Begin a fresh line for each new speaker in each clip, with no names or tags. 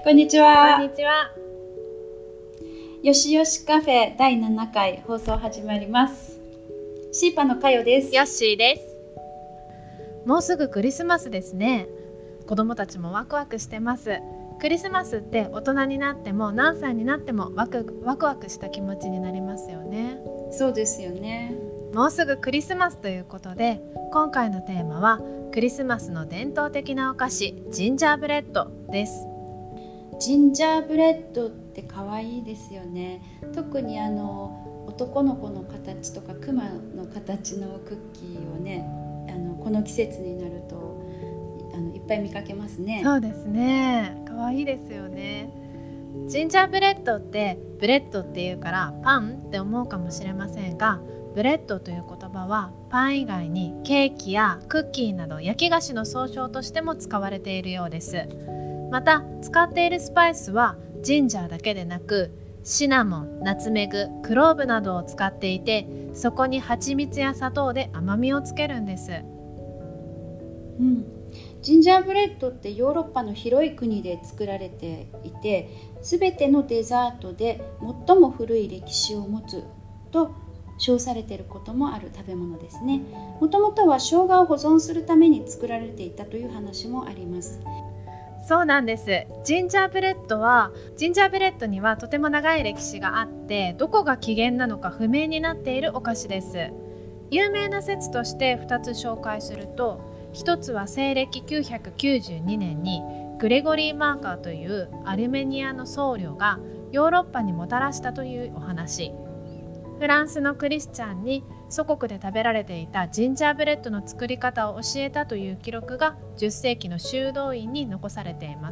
こんにちは。
こんにちは。
よしよしカフェ第7回放送始まります。シーパのかよです。
ヨッシーです。もうすぐクリスマスですね。子供たちもワクワクしてます。クリスマスって大人になっても何歳になってもワクワクした気持ちになりますよね。
そうですよね。
もうすぐクリスマスということで、今回のテーマはクリスマスの伝統的なお菓子ジンジャーブレッドです。
ジンジャーブレッドって可愛いですよね。特に男の子の形とかクマの形のクッキーをね、この季節になるといっぱい見かけますね。
そうですね。可愛いですよね。ジンジャーブレッドってブレッドっていうからパンって思うかもしれませんが、ブレッドという言葉はパン以外にケーキやクッキーなど焼き菓子の総称としても使われているようです。また使っているスパイスはジンジャーだけでなくシナモン、ナツメグ、クローブなどを使っていて、そこに蜂蜜や砂糖で甘みをつけるんです。
ジンジャーブレッドってヨーロッパの広い国で作られていて、すべてのデザートで最も古い歴史を持つと称されていることもある食べ物ですね。もともとは生姜を保存するために作られていたという話もあります。
そうなんです。ジンジャーブレッドにはとても長い歴史があって、どこが起源なのか不明になっているお菓子です。有名な説として2つ紹介すると、1つは西暦992年にグレゴリー・マーカーというアルメニアの僧侶がヨーロッパにもたらしたというお話。フランスのクリスチャンに祖国で食べられていたジンジャーブレッドの作り方を教えたという記録が10世紀の修道院に残されています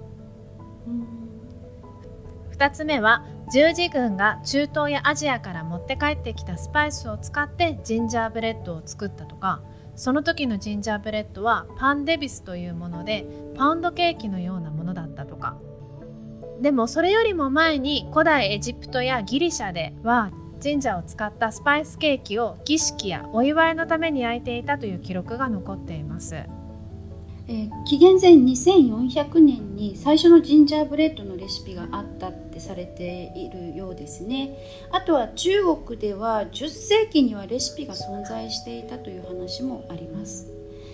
。2つ目は十字軍が中東やアジアから持って帰ってきたスパイスを使ってジンジャーブレッドを作ったとか、その時のジンジャーブレッドはパンデビスというものでパウンドケーキのようなものだったとか。でもそれよりも前に古代エジプトやギリシャではジンジャーを使ったスパイスケーキを儀式やお祝いのために焼いていたという記録が残っています。
紀元前2400年に最初のジンジャーブレッドのレシピがあったってされているようですね。あとは中国では10世紀にはレシピが存在していたという話もあります。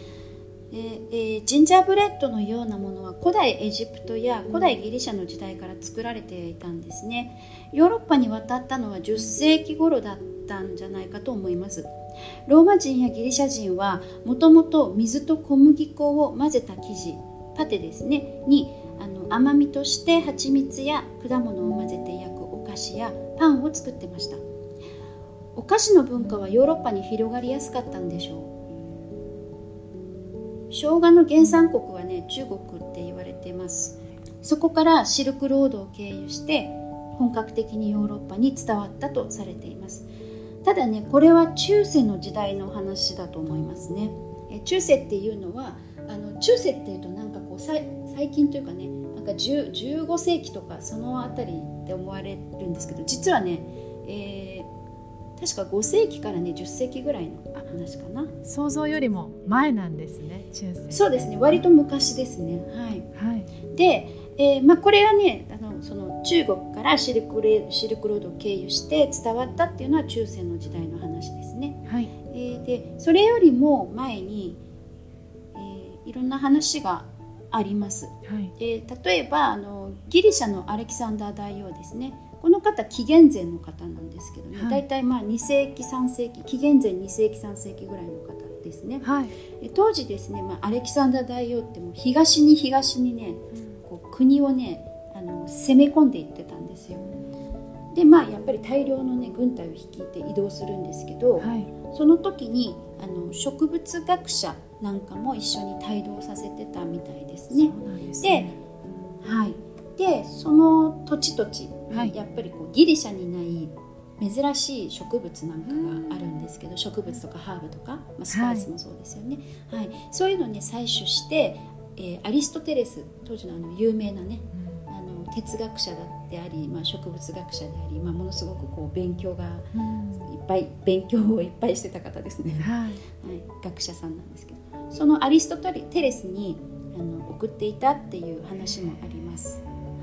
ジンジャーブレッドのようなものは古代エジプトや古代ギリシャの時代から作られていたんですね。ヨーロッパに渡ったのは10世紀頃だったんじゃないかと思います。ローマ人やギリシャ人はもともと水と小麦粉を混ぜた生地、パテですね、に甘みとして蜂蜜や果物を混ぜて焼くお菓子やパンを作ってました。お菓子の文化はヨーロッパに広がりやすかったんでしょう。生姜の原産国はね、中国って言われています。そこからシルクロードを経由して本格的にヨーロッパに伝わったとされています。ただね、これは中世の時代の話だと思いますね。中世っていうのは中世っていうとなんかこう最近というかね、なんか15世紀とかそのあたりって思われるんですけど、実はね、確か5世紀からね10世紀ぐらいの話かな。
想像よりも前なんですね、中世。
そうですね、割と昔ですね。はい。で、これはね、その中国からシルクロードを経由して伝わったっていうのは中世の時代の話ですね。
はい。
でそれよりも前に、いろんな話があります。
はい。
例えばギリシャのアレキサンダー大王ですね。この方紀元前の方なんですけどね、だいたい2世紀3世紀、紀元前2世紀3世紀ぐらいの方ですね。はい。当時ですね、アレキサンダー大王ってもう東にね、こう国をね攻め込んでいってたんですよ。でやっぱり大量のね軍隊を率いて移動するんですけど、はい、その時に植物学者なんかも一緒に帯同させてたみたいですね。
そうなんですね。
でその土地
はい、
やっぱりこうギリシャにない珍しい植物なんかがあるんですけど、植物とかハーブとか、スパイスもそうですよね。はい。そういうのをね採取して、アリストテレス、当時の有名なね、哲学者であり、植物学者であり、ものすごくこう勉強をいっぱいしてた方ですね。はい。学者さんなんですけど、そのアリストテレスに送っていたっていう話もあります。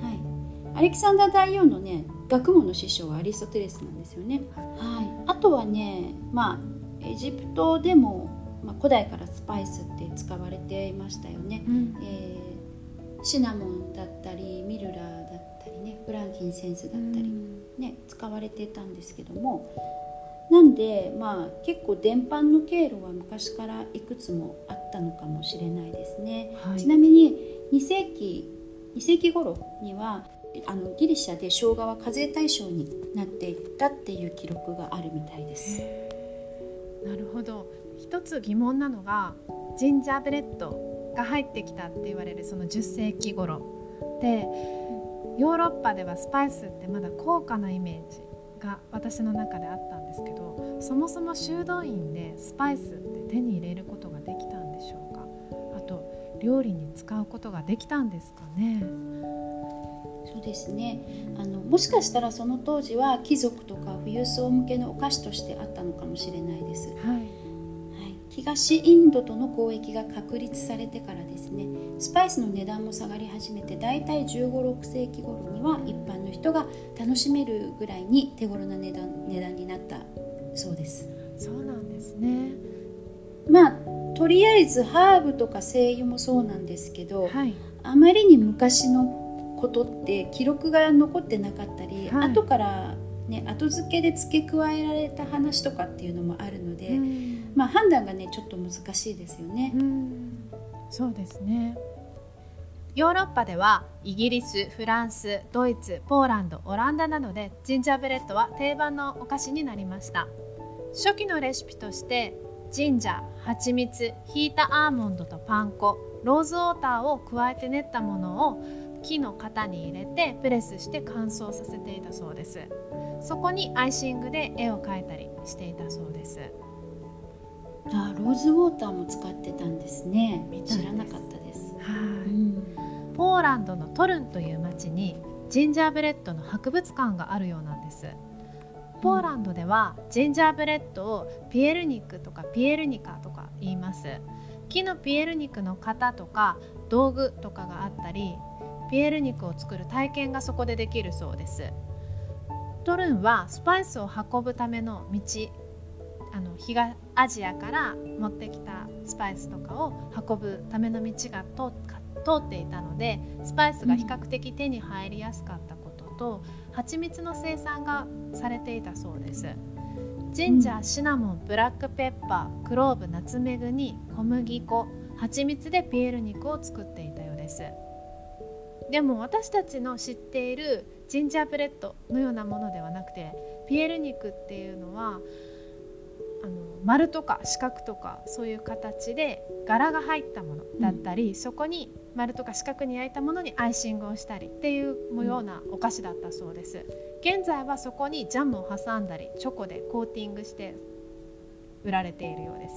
アレキサンダー大王のね学問の師匠はアリストテレスなんですよね。はい、あとはね、エジプトでも、古代からスパイスって使われていましたよね。シナモンだったりミルラーだったりね、フランキンセンスだったり、ね、使われてたんですけども、なんで結構伝播の経路は昔からいくつもあったのかもしれないですね。はい、ちなみに2世紀頃にはギリシャで生姜は課税対象になっていったっていう記録があるみたいです。
なるほど。一つ疑問なのがジンジャーブレッドが入ってきたって言われるその10世紀頃で、ヨーロッパではスパイスってまだ高価なイメージが私の中であったんですけど、そもそも修道院でスパイスって手に入れることができたんでしょうか。あと料理に使うことができたんですかね。
そうですね、もしかしたらその当時は貴族とか富裕層向けのお菓子としてあったのかもしれないです。東インドとの交易が確立されてからですね、スパイスの値段も下がり始めて、だいたい15、6世紀頃には一般の人が楽しめるぐらいに手頃な値段になったそうです。
そうなんですね。
とりあえずハーブとか精油もそうなんですけど、あまりに昔のことって記録が残ってなかったり、後から後付けで付け加えられた話とかっていうのもあるので、判断がねちょっと難しいですよね。
そうですね。ヨーロッパではイギリス、フランス、ドイツ、ポーランド、オランダなどでジンジャーブレッドは定番のお菓子になりました。初期のレシピとしてジンジャー、蜂蜜、ひいたアーモンドとパン粉、ローズウォーターを加えて練ったものを木の型に入れてプレスして乾燥させていたそうです。そこにアイシングで絵を描いたりしていたそうです。
ローズウォーターも使ってたんですね。知らなかったです。
ポーランドのトルンという町にジンジャーブレッドの博物館があるようなんです。ポーランドではジンジャーブレッドをピエル肉とかピエルニカとか言います。木のピエル肉の型とか道具とかがあったり、ピエル肉を作る体験がそこでできるそうです。トルンはスパイスを運ぶための道、東アジアから持ってきたスパイスとかを運ぶための道が通っていたので、スパイスが比較的手に入りやすかったことと、蜂蜜の生産がされていたそうです。ジンジャー、シナモン、ブラックペッパー、クローブ、ナツメグに小麦粉、蜂蜜でピエール肉を作っていたようです。でも私たちの知っているジンジャーブレッドのようなものではなくて、ピエール肉っていうのは丸とか四角とかそういう形で柄が入ったものだったり、そこに丸とか四角に焼いたものにアイシングをしたりっていうようなお菓子だったそうです。現在はそこにジャムを挟んだりチョコでコーティングして売られているようです。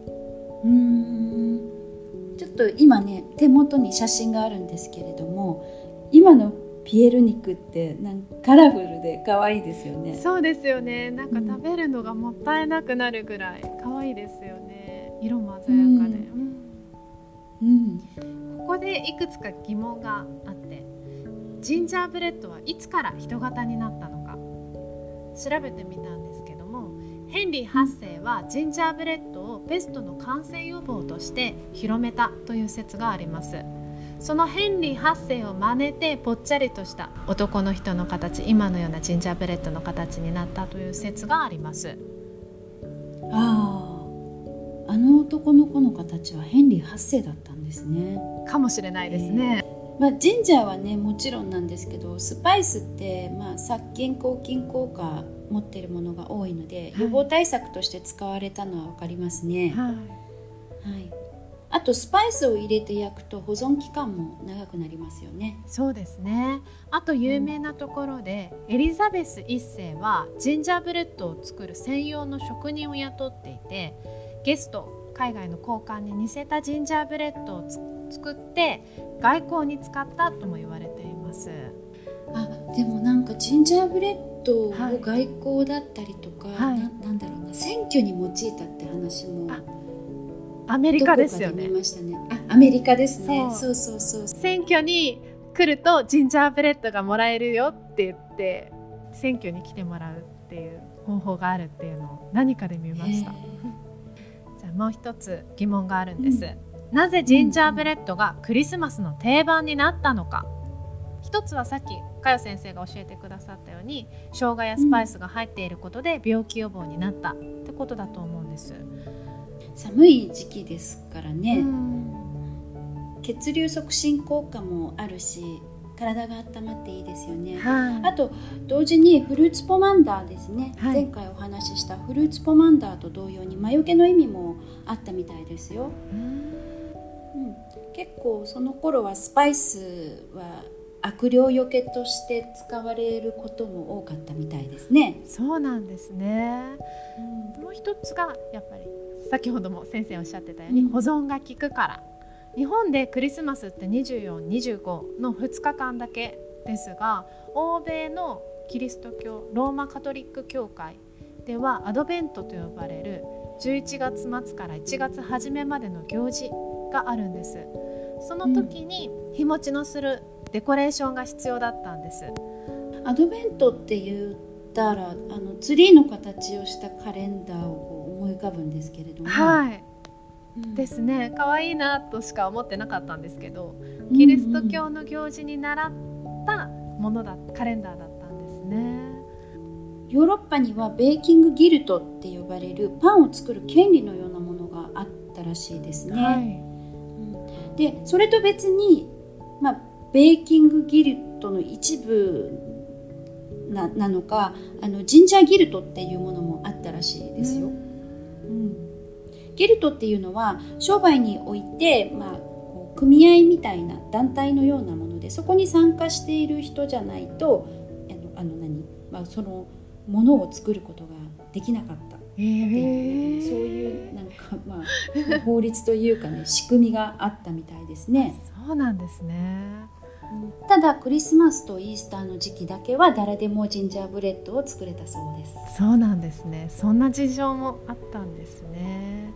ちょっと今ね手元に写真があるんですけれども、今のピエール肉ってカラフルで可愛いですよね。
そうですよね。なんか食べるのがもったいなくなるぐらい可愛いですよね。色も鮮やかで、ここでいくつか疑問があって、ジンジャーブレッドはいつから人型になったのか調べてみたんですけども、ヘンリー8世はジンジャーブレッドをペストの感染予防として広めたという説があります。そのヘンリー8世を真似てぽっちゃりとした男の人の形、今のようなジンジャーブレッドの形になったという説があります。
あの男の子の形はヘンリー8世だったんですね。
かもしれないですね。
ジンジャーはねもちろんなんですけど、スパイスって殺菌抗菌効果持っているものが多いので、予防対策として使われたのは分かりますね。あとスパイスを入れて焼くと保存期間も長くなりますよね。
そうですね。あと有名なところで、エリザベス1世はジンジャーブレッドを作る専用の職人を雇っていて、ゲスト、海外の高官に似せたジンジャーブレッドを作って外交に使ったとも言われています。
でもジンジャーブレッドを外交だったりとか、なんだろうな、選挙に用いたって話も
アメリカですよね。
アメリカですね。そう。
選挙に来るとジンジャーブレッドがもらえるよって言って選挙に来てもらうっていう方法があるっていうのを何かで見ました。じゃあもう一つ疑問があるんです、なぜジンジャーブレッドがクリスマスの定番になったのか。一つはさっきかよ先生が教えてくださったように生姜やスパイスが入っていることで病気予防になったってことだと思うんです。
寒い時期ですからね、血流促進効果もあるし体が温まっていいですよね、あと同時にフルーツポマンダーですね、前回お話ししたフルーツポマンダーと同様に魔除けの意味もあったみたいですよ、結構その頃はスパイスは悪霊除けとして使われることも多かったみたいですね。
そうなんですね、もう一つがやっぱり先ほども先生おっしゃってたように、保存が効くから。日本でクリスマスって24、25の2日間だけですが、欧米のキリスト教ローマカトリック教会ではアドベントと呼ばれる11月末から1月初めまでの行事があるんです。その時に日持ちのするデコレーションが必要だったんです。
アドベントって言ったらツリーの形をしたカレンダーを思い浮かぶんですけれども、
ですね、可愛いなとしか思ってなかったんですけど、キリスト教の行事に習ったものカレンダーだったんですね。
ヨーロッパにはベーキングギルトって呼ばれるパンを作る権利のようなものがあったらしいですね、でそれと別に、ベーキングギルトの一部 なのかジンジャーギルトっていうものもあったらしいですよ、ギルトっていうのは商売において、こう組合みたいな団体のようなもので、そこに参加している人じゃないとそのものを作ることができなかったっていう、そういう法律というかね仕組みがあったみたいですね。
そうなんですね。
ただクリスマスとイースターの時期だけは誰でもジンジャーブレッドを作れたそうです。
そうなんですね。そんな事情もあったんですね、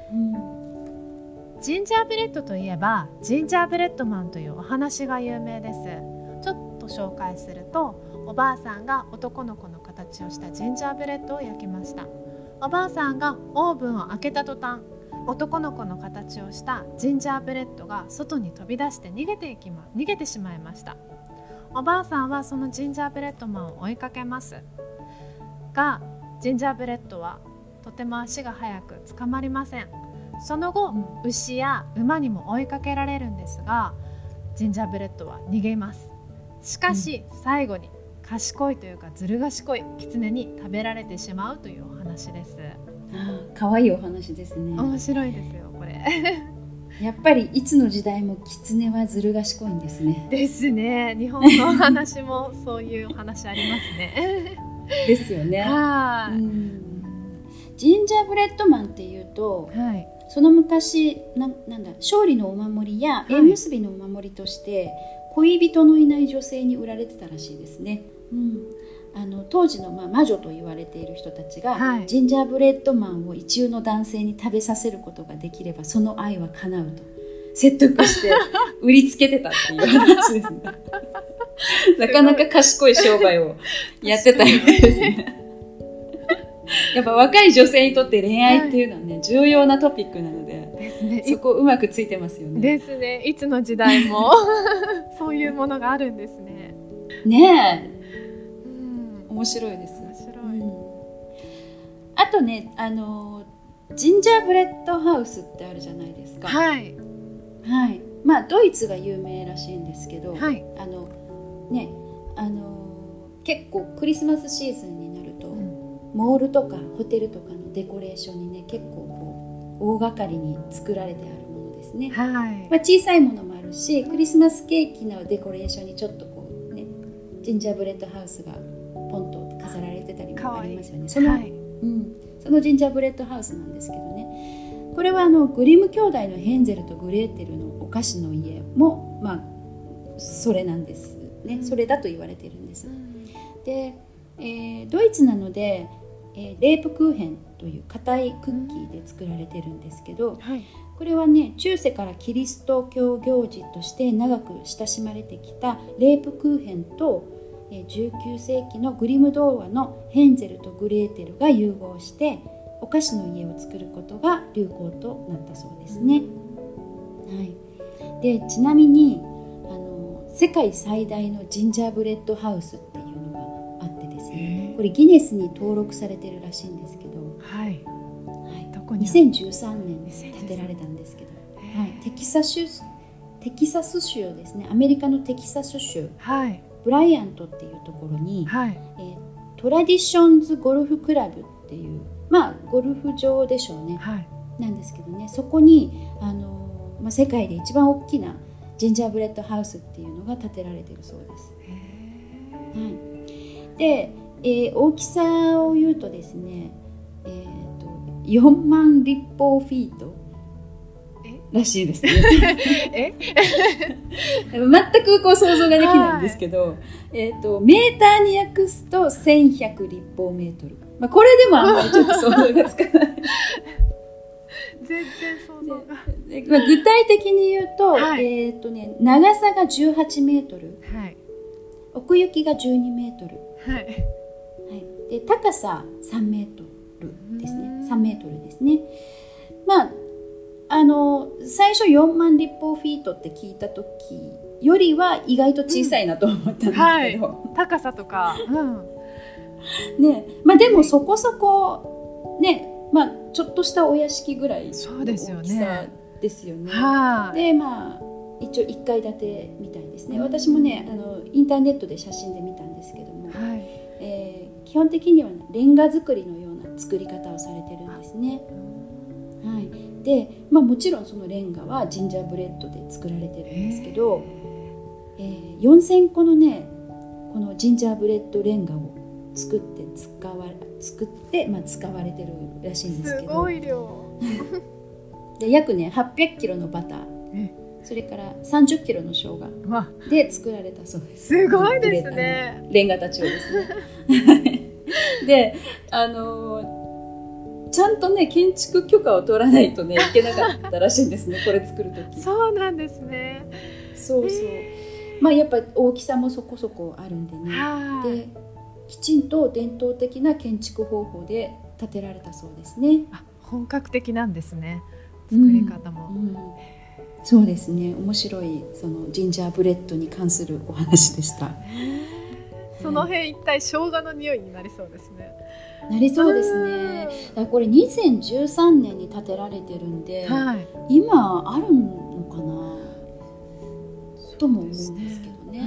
ジンジャーブレッドといえばジンジャーブレッドマンというお話が有名です。ちょっと紹介すると、おばあさんが男の子の形をしたジンジャーブレッドを焼きました。おばあさんがオーブンを開けた途端、男の子の形をしたジンジャーブレッドが外に飛び出して逃げてしまいました。おばあさんはそのジンジャーブレッドマンを追いかけますが、ジンジャーブレッドはとても足が速く捕まりません。その後、牛や馬にも追いかけられるんですが、ジンジャーブレッドは逃げます。しかし、最後に賢いというかずる賢い狐に食べられてしまうというお話です。
かわいいお話ですね。
面白いですよこれ
やっぱりいつの時代も狐はずる賢いんですね。
ですね。日本のお話もそういうお話ありますね
ですよね。ジンジャーブレッドマンっていうと、その昔勝利のお守りや縁結びのお守りとして、恋人のいない女性に売られてたらしいですね、当時の魔女と言われている人たちが、ジンジャーブレッドマンを一流の男性に食べさせることができればその愛は叶うと説得して売りつけてたっていう話ですねなかなか賢い商売をやってたようですねやっぱ若い女性にとって恋愛っていうのはね、重要なトピックなので、そこうまくついてますよね。
ですね。いつの時代もそういうものがあるんですね。
ねえ、面白いです。
面白い。
あとね、ジンジャーブレッドハウスってあるじゃないですか。ドイツが有名らしいんですけど、結構クリスマスシーズンになると、モールとかホテルとかのデコレーションにね、結構こう大掛かりに作られてあるものですね。小さいものもあるし、クリスマスケーキのデコレーションにちょっとこうね、ジンジャーブレッドハウスがポンと飾られてたりもありますよね。そのジンジャーブレッドハウスなんですけどね、これはグリム兄弟のヘンゼルとグレーテルのお菓子の家もそれなんですね。それだと言われているんです。で、ドイツなので、レープクーヘンという硬いクッキーで作られてるんですけど、ここれはね、中世からキリスト教行事として長く親しまれてきたレープクーヘンと19世紀のグリム童話のヘンゼルとグレーテルが融合してお菓子の家を作ることが流行となったそうですね。はい、でちなみに世界最大のジンジャーブレッドハウスっていうのがあってですね、これギネスに登録されてるらしいんですけど、
はい、
どこに2013年に建てられたんですけど、はい、テキサス州ですね、アメリカのテキサス州、はい、ブライアントっていうところに、はい、トラディションズゴルフクラブっていう、ゴルフ場でしょうね、はい、なんですけどね、そこに世界で一番大きなジンジャーブレッドハウスっていうのが建てられているそうです。はい、で、大きさを言うとですね、4万立方フィートらしいですね。全く想像ができないんですけど、メーターに訳すと1100立方メートル。これでもあんまりちょっと想像がつかない。
全然想像が。
具体的に言うと、はい、長さが18メートル、はい、奥行きが12メートル、はいはい、で高さ3メートルですね。3メートルですね。最初4万立方フィートって聞いた時よりは意外と小さいなと思ったんですけど、はい、
高さとか、
ね、でもそこそこね、ちょっとしたお屋敷ぐらいの大きさですよね。で一応1階建てみたいですね。私もねインターネットで写真で見たんですけども、はい、基本的には、ね、レンガ造りのような作り方をされてるんですね。はい、で、もちろんそのレンガはジンジャーブレッドで作られてるんですけど、4000個のねこのジンジャーブレッドレンガを作って使われてるらしいんですけど、
すごい量
で約ね800キロのバター、それから30キロの生姜で作られたそうです。
すごいですね。
レンガたちをですね。でちゃんとね建築許可を取らないとねいけなかったらしいんですね。これ作るとき。
そうなんですね。
そうそう。やっぱ大きさもそこそこあるんでね。できちんと伝統的な建築方法で建てられたそうですね。
本格的なんですね。作り方も。
そうですね。面白いそのジンジャーブレッドに関するお話でした。
その辺一体生姜の匂いになりそうですね。
なりそうですね。これ2013年に建てられてるんで、はい、今あるのかなとも思うんですけどね。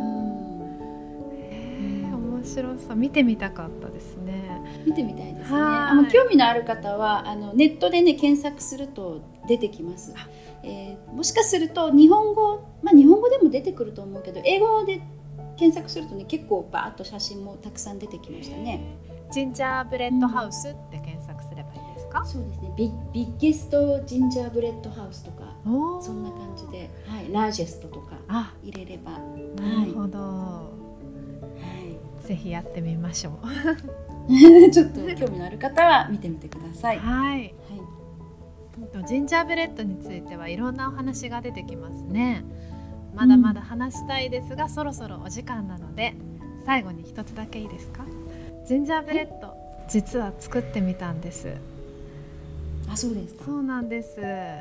面白そう。見てみたかったですね。
見てみたいですね。興味のある方はネットでね検索すると出てきます。もしかすると日本語でも出てくると思うけど、英語で検索するとね結構バーッと写真もたくさん出てきましたね。
ジンジャーブレッドハウスって検索すればいいですか？
そうですね。ビッゲストジンジャーブレッドハウスとかそんな感じで、はい、ラージェストとか入れれば。
なるほど、はい、ぜひやってみましょ
う。ちょっと興味のある方は見てみてください。
はい、はい、ジンジャーブレッドについてはいろんなお話が出てきますね。まだまだ話したいですが、そろそろお時間なので最後に一つだけいいですか？ジンジャーブレッド、実は作ってみたんです。
そうですか。
そうなんです。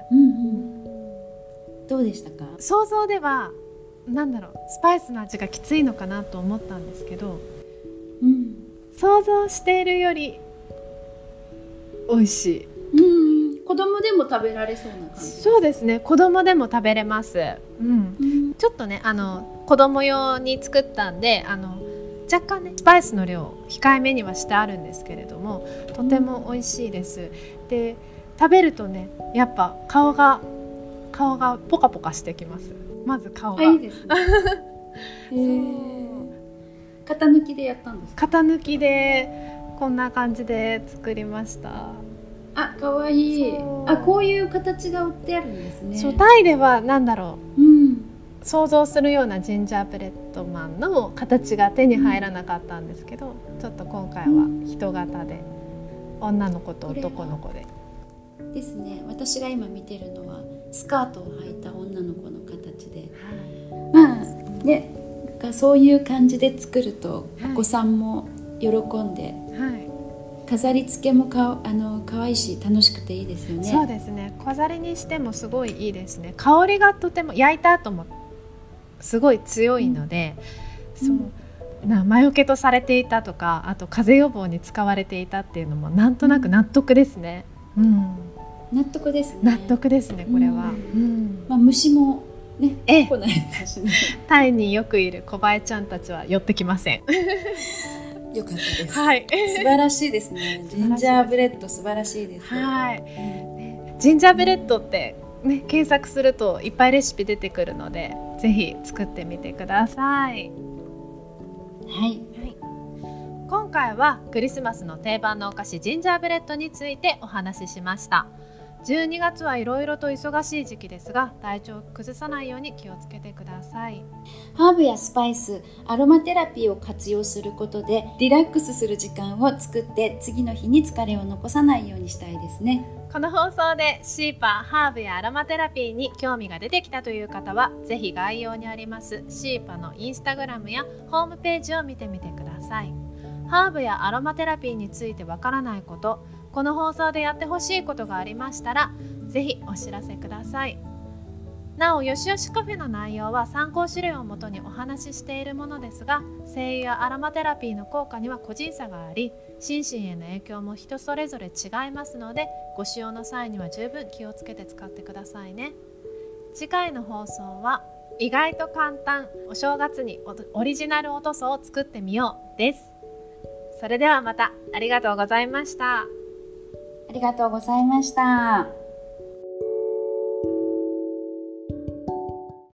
どうでしたか？
想像ではスパイスの味がきついのかなと思ったんですけど、想像しているより美味しい。
子供でも食べられそうな感じ。
そうですね。子供でも食べれます。ちょっとね子供用に作ったんで若干ねスパイスの量控えめにはしてあるんですけれども、とても美味しいです。で食べるとねやっぱ顔がポカポカしてきます。まず顔がいいですね。
型抜きでやったんですか？
型抜きでこんな感じで作りました。
かわいい。こういう形が売ってあるんですね。
タイでは想像するようなジンジャーブレッドマンの形が手に入らなかったんですけど、ちょっと今回は人型で女の子と男の子で。
ですね。私が今見てるのはスカートを履いた女の子の形で、まあね、そういう感じで作るとお子さんも喜んで、飾り付けも可愛いし楽しくていいですよね。
そうですね。飾りにしてもすごいいいですね。香りがとても焼いた後もすごい強いので、魔除けとされていたとか、あと風邪予防に使われていたっていうのもなんとなく納得ですね。
納得ですね。
納得ですね、これは。
虫もね、来ないですしね。
タイによくいる小バエちゃんたちは寄ってきません。
よかったです。
素
晴らしいですね。ジンジャーブレッド素晴らしいです。
ジンジャーブレッドってね、検索するといっぱいレシピ出てくるので、ぜひ作ってみてください。今回はクリスマスの定番のお菓子ジンジャーブレッドについてお話ししました。12月はいろいろと忙しい時期ですが、体調を崩さないように気をつけてください。
ハーブやスパイス、アロマテラピーを活用することでリラックスする時間を作って、次の日に疲れを残さないようにしたいですね。
この放送でシーパー、ハーブやアロマテラピーに興味が出てきたという方は、ぜひ概要にありますシーパのインスタグラムやホームページを見てみてください。ハーブやアロマテラピーについてわからないこと、この放送でやってほしいことがありましたら、ぜひお知らせください。なお、よしよしカフェの内容は参考資料をもとにお話ししているものですが、精油やアロマテラピーの効果には個人差があり、心身への影響も人それぞれ違いますので、ご使用の際には十分気をつけて使ってくださいね。次回の放送は、意外と簡単、お正月にオリジナルお塗装を作ってみようです。それではまた、ありがとうございました。
ありがとうございました。